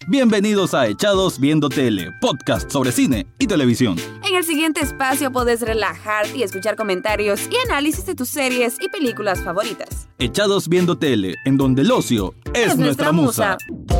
Bienvenidos a Echados Viendo Tele, podcast sobre cine y televisión. En el siguiente espacio podés relajarte y escuchar comentarios y análisis de tus series y películas favoritas. Echados Viendo Tele, en donde el ocio es nuestra musa.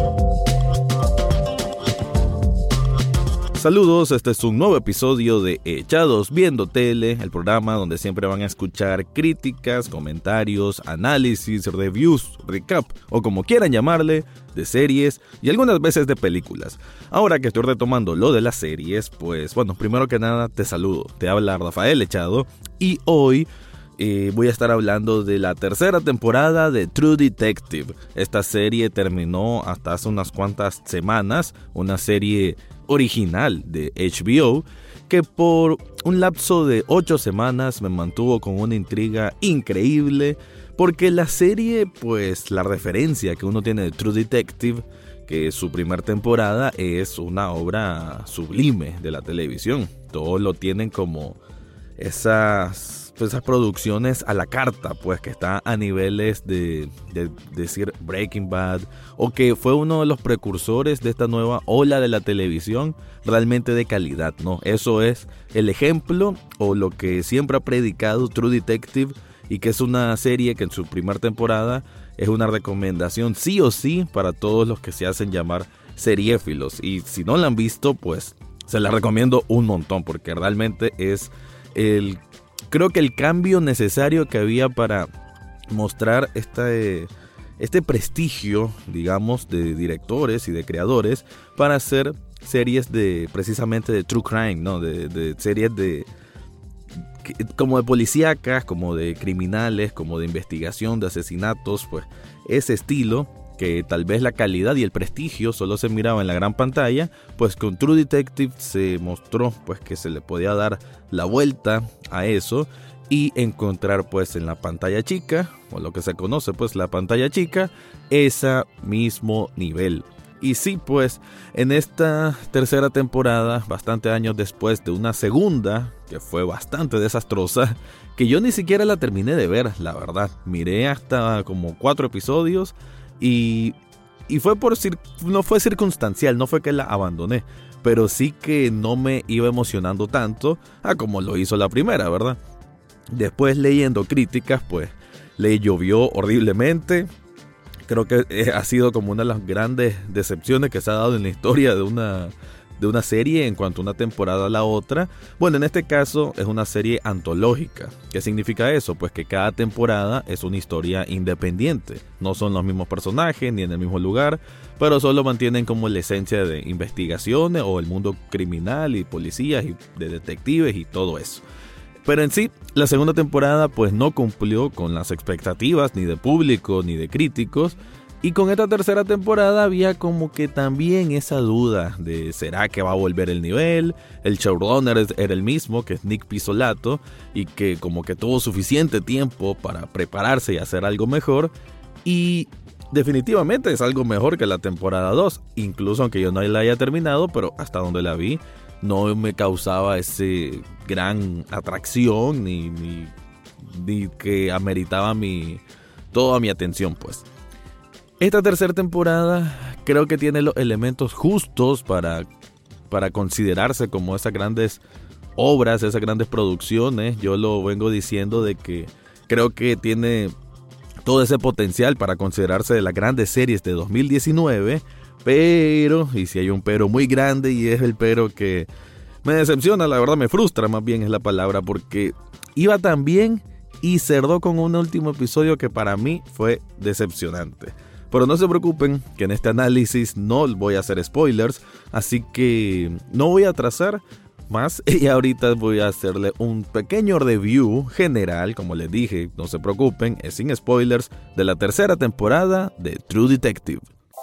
Saludos, este es un nuevo episodio de Echados Viendo Tele, el programa donde siempre van a escuchar críticas, comentarios, análisis, reviews, recap o como quieran llamarle, de series y algunas veces de películas. Ahora que estoy retomando lo de las series, pues bueno, primero que nada te saludo, te habla Rafael Echado y hoy voy a estar hablando de la tercera temporada de True Detective. Esta serie terminó hasta hace unas cuantas semanas, una serie original de HBO que por un lapso de 8 semanas me mantuvo con una intriga increíble, porque la serie, pues la referencia que uno tiene de True Detective, que su primera temporada es una obra sublime de la televisión. Todos lo tienen como esas producciones a la carta, pues que está a niveles de decir Breaking Bad, o que fue uno de los precursores de esta nueva ola de la televisión realmente de calidad, ¿no? Eso es el ejemplo o lo que siempre ha predicado True Detective, y que es una serie que en su primera temporada es una recomendación sí o sí para todos los que se hacen llamar seriéfilos, y si no la han visto, pues se la recomiendo un montón, porque realmente es creo que el cambio necesario que había para mostrar este prestigio, digamos, de directores y de creadores para hacer series precisamente de true crime, ¿no? De series como de policíacas, como de criminales, como de investigación, de asesinatos, pues ese estilo que tal vez la calidad y el prestigio solo se miraba en la gran pantalla, pues con True Detective se mostró pues que se le podía dar la vuelta a eso y encontrar pues en la pantalla chica, o lo que se conoce pues la pantalla chica, ese mismo nivel. Y sí, pues en esta tercera temporada, bastante años después de una segunda que fue bastante desastrosa, que yo ni siquiera la terminé de ver, la verdad. Miré hasta como 4 episodios y fue no fue circunstancial, no fue que la abandoné, pero sí que no me iba emocionando tanto a como lo hizo la primera, ¿verdad? Después, leyendo críticas, pues le llovió horriblemente. Creo que ha sido como una de las grandes decepciones que se ha dado en la historia de una serie en cuanto a una temporada a la otra. Bueno, en este caso es una serie antológica. ¿Qué significa eso? Pues que cada temporada es una historia independiente. No son los mismos personajes ni en el mismo lugar, pero solo mantienen como la esencia de investigaciones o el mundo criminal y policías y de detectives y todo eso. Pero en sí, la segunda temporada pues no cumplió con las expectativas ni de público ni de críticos. Y con esta tercera temporada había como que también esa duda de ¿será que va a volver el nivel? El showrunner era el mismo, que es Nick Pizzolatto, y que como que tuvo suficiente tiempo para prepararse y hacer algo mejor. Y definitivamente es algo mejor que la temporada 2, incluso aunque yo no la haya terminado, pero hasta donde la vi no me causaba ese gran atracción ni que ameritaba toda mi atención, pues. Esta tercera temporada creo que tiene los elementos justos para considerarse como esas grandes obras, esas grandes producciones. Yo lo vengo diciendo de que creo que tiene todo ese potencial para considerarse de las grandes series de 2019, pero, y si hay un pero muy grande, y es el pero que me decepciona, la verdad me frustra más bien es la palabra, porque iba tan bien y cerró con un último episodio que para mí fue decepcionante. Pero no se preocupen, que en este análisis no voy a hacer spoilers, así que no voy a atrasar más y ahorita voy a hacerle un pequeño review general, como les dije, no se preocupen, es sin spoilers, de la tercera temporada de True Detective.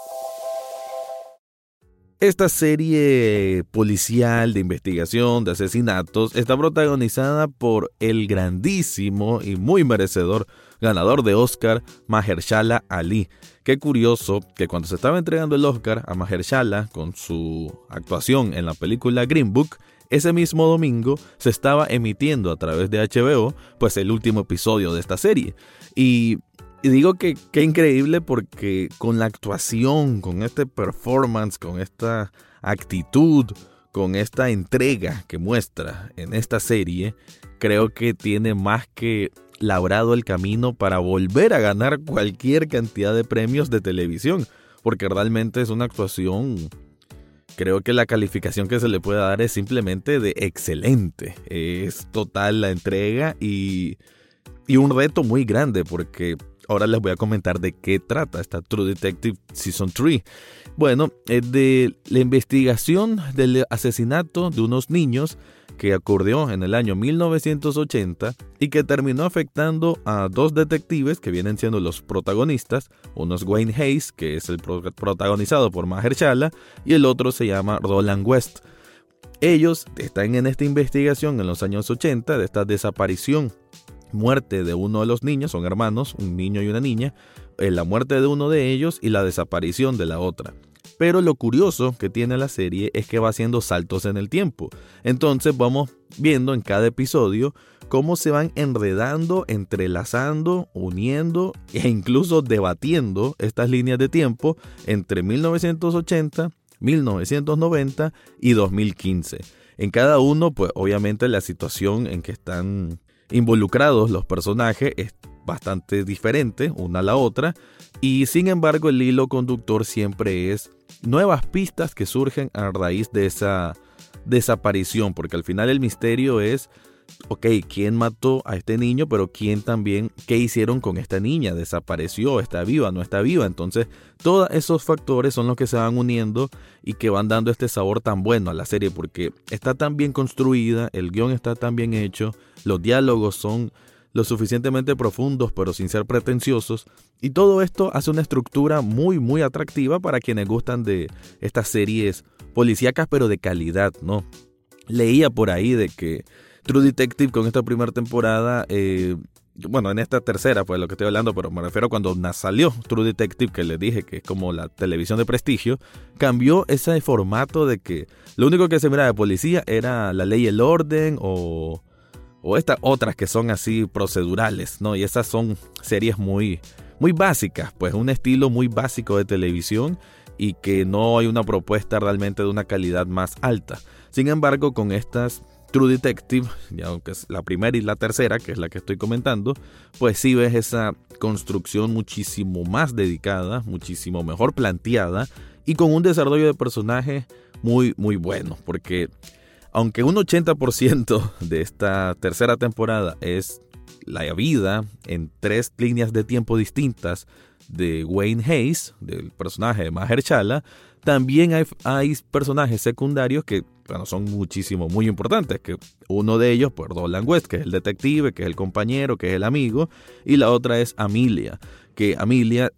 Esta serie policial de investigación de asesinatos está protagonizada por el grandísimo y muy merecedor ganador de Oscar, Mahershala Ali. Qué curioso que cuando se estaba entregando el Oscar a Mahershala con su actuación en la película Green Book, ese mismo domingo se estaba emitiendo a través de HBO pues el último episodio de esta serie. Y Y digo que qué increíble porque con la actuación, con este performance, con esta actitud, con esta entrega que muestra en esta serie, creo que tiene más que labrado el camino para volver a ganar cualquier cantidad de premios de televisión, porque realmente es una actuación, creo que la calificación que se le puede dar es simplemente de excelente. Es total la entrega y un reto muy grande, porque ahora les voy a comentar de qué trata esta True Detective Season 3. Bueno, es de la investigación del asesinato de unos niños que ocurrió en el año 1980 y que terminó afectando a dos detectives que vienen siendo los protagonistas. Uno es Wayne Hayes, que es el protagonizado por Mahershala, y el otro se llama Roland West. Ellos están en esta investigación en los años 80 de esta desaparición, muerte de uno de los niños, son hermanos, un niño y una niña, la muerte de uno de ellos y la desaparición de la otra. Pero lo curioso que tiene la serie es que va haciendo saltos en el tiempo. Entonces vamos viendo en cada episodio cómo se van enredando, entrelazando, uniendo e incluso debatiendo estas líneas de tiempo entre 1980, 1990 y 2015. En cada uno, pues obviamente la situación en que están involucrados los personajes es bastante diferente una a la otra, y sin embargo el hilo conductor siempre es nuevas pistas que surgen a raíz de esa desaparición, porque al final el misterio es, ok, ¿quién mató a este niño? Pero ¿quién también? ¿Qué hicieron con esta niña? ¿Desapareció? ¿Está viva? ¿No está viva? Entonces todos esos factores son los que se van uniendo y que van dando este sabor tan bueno a la serie, porque está tan bien construida, el guión está tan bien hecho, los diálogos son lo suficientemente profundos pero sin ser pretenciosos, y todo esto hace una estructura muy muy atractiva para quienes gustan de estas series policíacas pero de calidad, ¿no? Leía por ahí de que True Detective con esta primera temporada, bueno, en esta tercera pues lo que estoy hablando, pero me refiero a cuando salió True Detective, que les dije que es como la televisión de prestigio, cambió ese formato de que lo único que se miraba de policía era La Ley y el Orden o estas otras que son así procedurales, ¿no? Y esas son series muy, muy básicas, pues un estilo muy básico de televisión y que no hay una propuesta realmente de una calidad más alta. Sin embargo, con estas True Detective, ya aunque es la primera y la tercera, que es la que estoy comentando, pues sí ves esa construcción muchísimo más dedicada, muchísimo mejor planteada y con un desarrollo de personajes muy, muy bueno, porque aunque un 80% de esta tercera temporada es la vida en 3 líneas de tiempo distintas de Wayne Hayes, del personaje de Mahershala, también hay personajes secundarios que, bueno, son muchísimo, muy importantes, que uno de ellos, pues Roland West, que es el detective, que es el compañero, que es el amigo, y la otra es Amelia, que Amelia,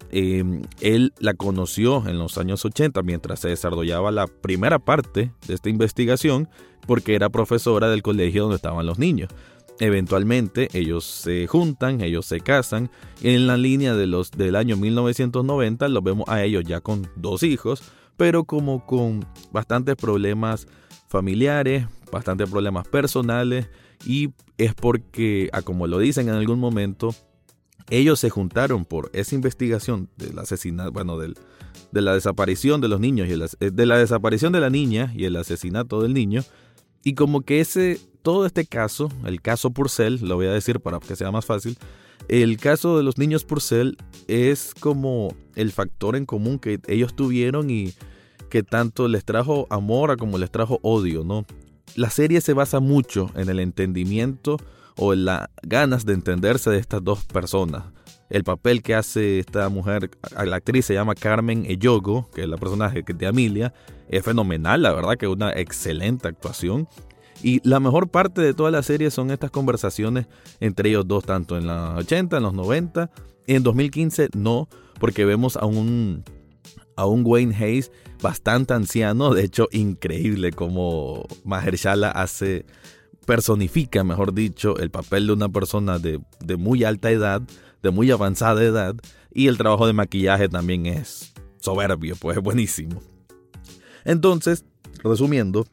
él la conoció en los años 80 mientras se desarrollaba la primera parte de esta investigación, porque era profesora del colegio donde estaban los niños. Eventualmente ellos se juntan, ellos se casan. En la línea del año 1990 los vemos a ellos ya con 2 hijos, pero como con bastantes problemas familiares, bastantes problemas personales, y es porque, como lo dicen en algún momento, ellos se juntaron por esa investigación del asesinato, bueno, de la desaparición de los niños y de la desaparición de la niña y el asesinato del niño. Y como que todo este caso, el caso Purcell, lo voy a decir para que sea más fácil, el caso de los niños Purcell es como el factor en común que ellos tuvieron y que tanto les trajo amor como les trajo odio, ¿no? La serie se basa mucho en el entendimiento o en las ganas de entenderse de estas dos personas. El papel que hace esta mujer, la actriz se llama Carmen Ejogo, que es la personaje de Amelia, es fenomenal, la verdad que es una excelente actuación. Y la mejor parte de toda la serie son estas conversaciones entre ellos dos, tanto en los 80, en los 90, y en 2015 no, porque vemos a un Wayne Hayes bastante anciano, de hecho increíble como Mahershala personifica, mejor dicho, el papel de una persona de muy alta edad, de muy avanzada edad, y el trabajo de maquillaje también es soberbio, pues es buenísimo. Entonces, resumiendo,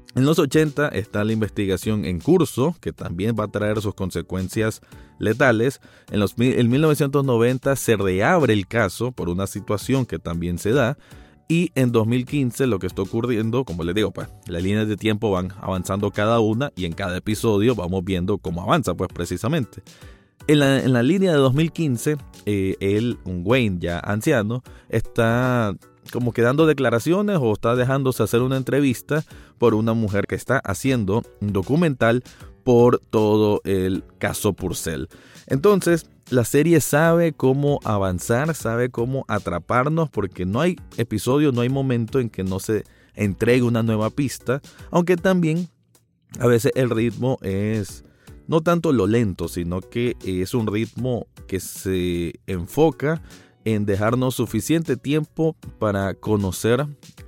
En los 80 está la investigación en curso, que también va a traer sus consecuencias letales. En 1990 se reabre el caso por una situación que también se da. Y en 2015 lo que está ocurriendo, como les digo, pues las líneas de tiempo van avanzando cada una y en cada episodio vamos viendo cómo avanza, pues precisamente. En la línea de 2015, un Wayne ya anciano, está como que dando declaraciones o está dejándose hacer una entrevista por una mujer que está haciendo un documental por todo el caso Purcell. Entonces, la serie sabe cómo avanzar, sabe cómo atraparnos, porque no hay episodio, no hay momento en que no se entregue una nueva pista, aunque también a veces el ritmo es no tanto lo lento, sino que es un ritmo que se enfoca en dejarnos suficiente tiempo para conocer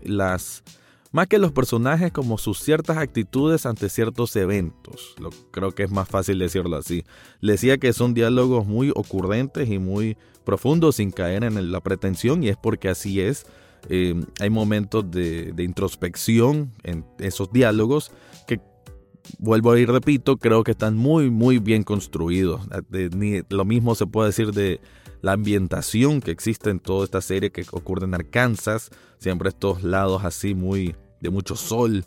más que los personajes, como sus ciertas actitudes ante ciertos eventos. Creo que es más fácil decirlo así. Le decía que son diálogos muy ocurrentes y muy profundos sin caer en la pretensión, y es porque así es. Hay momentos de introspección en esos diálogos que, vuelvo y repito, creo que están muy, muy bien construidos. Lo mismo se puede decir de la ambientación que existe en toda esta serie, que ocurre en Arkansas, siempre estos lados así de mucho sol,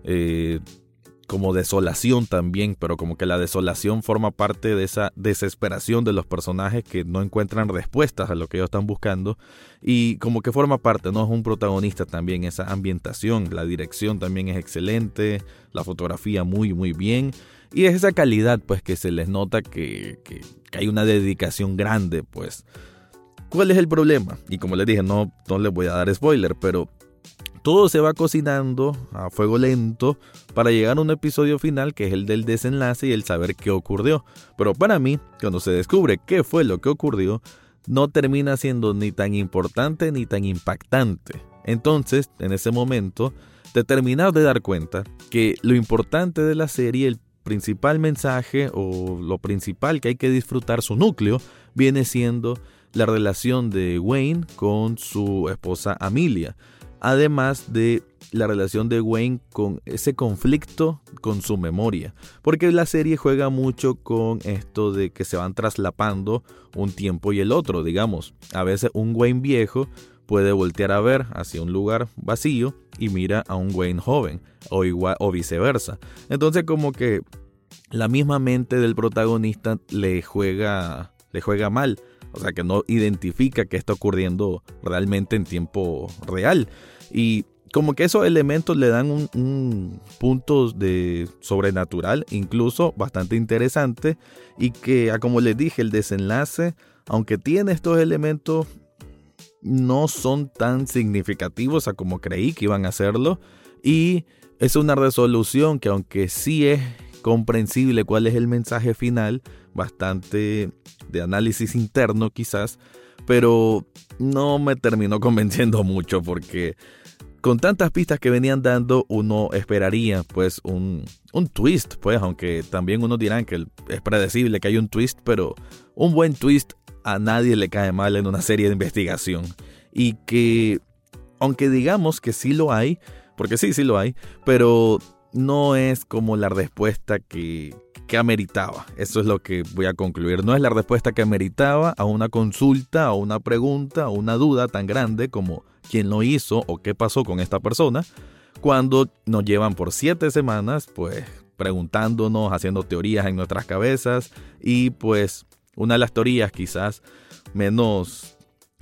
como desolación también, pero como que la desolación forma parte de esa desesperación de los personajes que no encuentran respuestas a lo que ellos están buscando, y como que forma parte, no es un protagonista también esa ambientación. La dirección también es excelente, la fotografía muy muy bien, y es esa calidad pues que se les nota que hay una dedicación grande. Pues, ¿cuál es el problema? Y como les dije, no les voy a dar spoiler, pero todo se va cocinando a fuego lento para llegar a un episodio final, que es el del desenlace y el saber qué ocurrió. Pero para mí, cuando se descubre qué fue lo que ocurrió, no termina siendo ni tan importante ni tan impactante. Entonces, en ese momento, te terminas de dar cuenta que lo importante de la serie, el principal mensaje o lo principal que hay que disfrutar, su núcleo, viene siendo la relación de Wayne con su esposa Amelia. Además de la relación de Wayne con ese conflicto con su memoria. Porque la serie juega mucho con esto de que se van traslapando un tiempo y el otro. Digamos, a veces un Wayne viejo puede voltear a ver hacia un lugar vacío y mira a un Wayne joven, o viceversa. Entonces, como que la misma mente del protagonista le juega mal. O sea, que no identifica qué está ocurriendo realmente en tiempo real. Y como que esos elementos le dan un punto de sobrenatural, incluso bastante interesante. Y que, como les dije, el desenlace, aunque tiene estos elementos, no son tan significativos a como creí que iban a serlo. Y es una resolución que, aunque sí es comprensible cuál es el mensaje final, bastante de análisis interno quizás, pero no me terminó convenciendo mucho, porque con tantas pistas que venían dando, uno esperaría pues un twist, pues, aunque también unos dirán que es predecible que hay un twist, pero un buen twist a nadie le cae mal en una serie de investigación. Y que, aunque digamos que sí lo hay, porque sí lo hay, pero no es como la respuesta que ameritaba. Eso es lo que voy a concluir. No es la respuesta que ameritaba a una consulta, a una pregunta, a una duda tan grande como quién lo hizo o qué pasó con esta persona, cuando nos llevan por 7 semanas pues preguntándonos, haciendo teorías en nuestras cabezas. Y pues una de las teorías quizás menos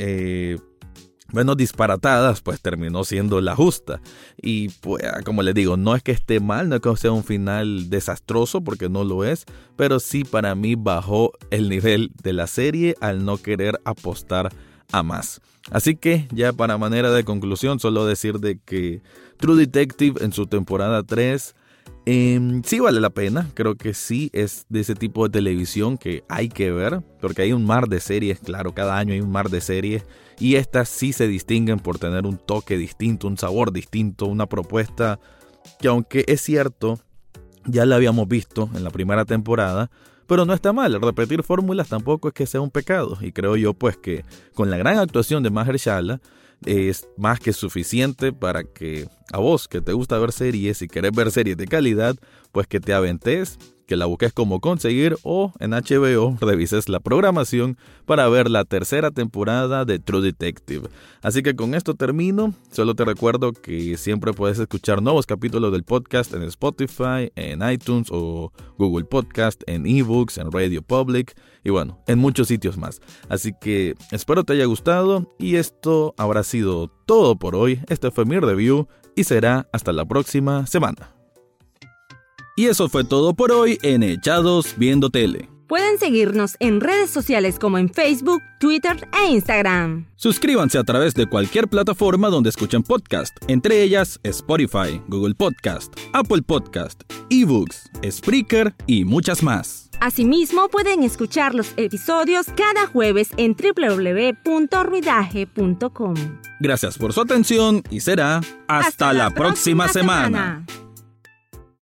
disparatadas, pues terminó siendo la justa. Y pues, como les digo, no es que esté mal, no es que sea un final desastroso, porque no lo es, pero sí para mí bajó el nivel de la serie al no querer apostar a más. Así que ya para manera de conclusión, solo decir de que True Detective en su temporada 3 sí vale la pena. Creo que sí es de ese tipo de televisión que hay que ver, porque hay un mar de series, claro, cada año hay un mar de series, y estas sí se distinguen por tener un toque distinto, un sabor distinto, una propuesta que, aunque es cierto, ya la habíamos visto en la primera temporada, pero no está mal. Repetir fórmulas tampoco es que sea un pecado, y creo yo pues que con la gran actuación de Mahershala, es más que suficiente para que a vos que te gusta ver series y querés ver series de calidad, pues que te aventes, que la busques cómo conseguir o en HBO revises la programación para ver la tercera temporada de True Detective. Así que con esto termino. Solo te recuerdo que siempre puedes escuchar nuevos capítulos del podcast en Spotify, en iTunes o Google Podcast, en eBooks, en Radio Public y bueno, en muchos sitios más. Así que espero te haya gustado y esto habrá sido todo por hoy. Este fue mi review y será hasta la próxima semana. Y eso fue todo por hoy en Echados Viendo Tele. Pueden seguirnos en redes sociales como en Facebook, Twitter e Instagram. Suscríbanse a través de cualquier plataforma donde escuchen podcast, entre ellas Spotify, Google Podcast, Apple Podcast, eBooks, Spreaker y muchas más. Asimismo, pueden escuchar los episodios cada jueves en www.ruidaje.com. Gracias por su atención y será hasta la próxima semana.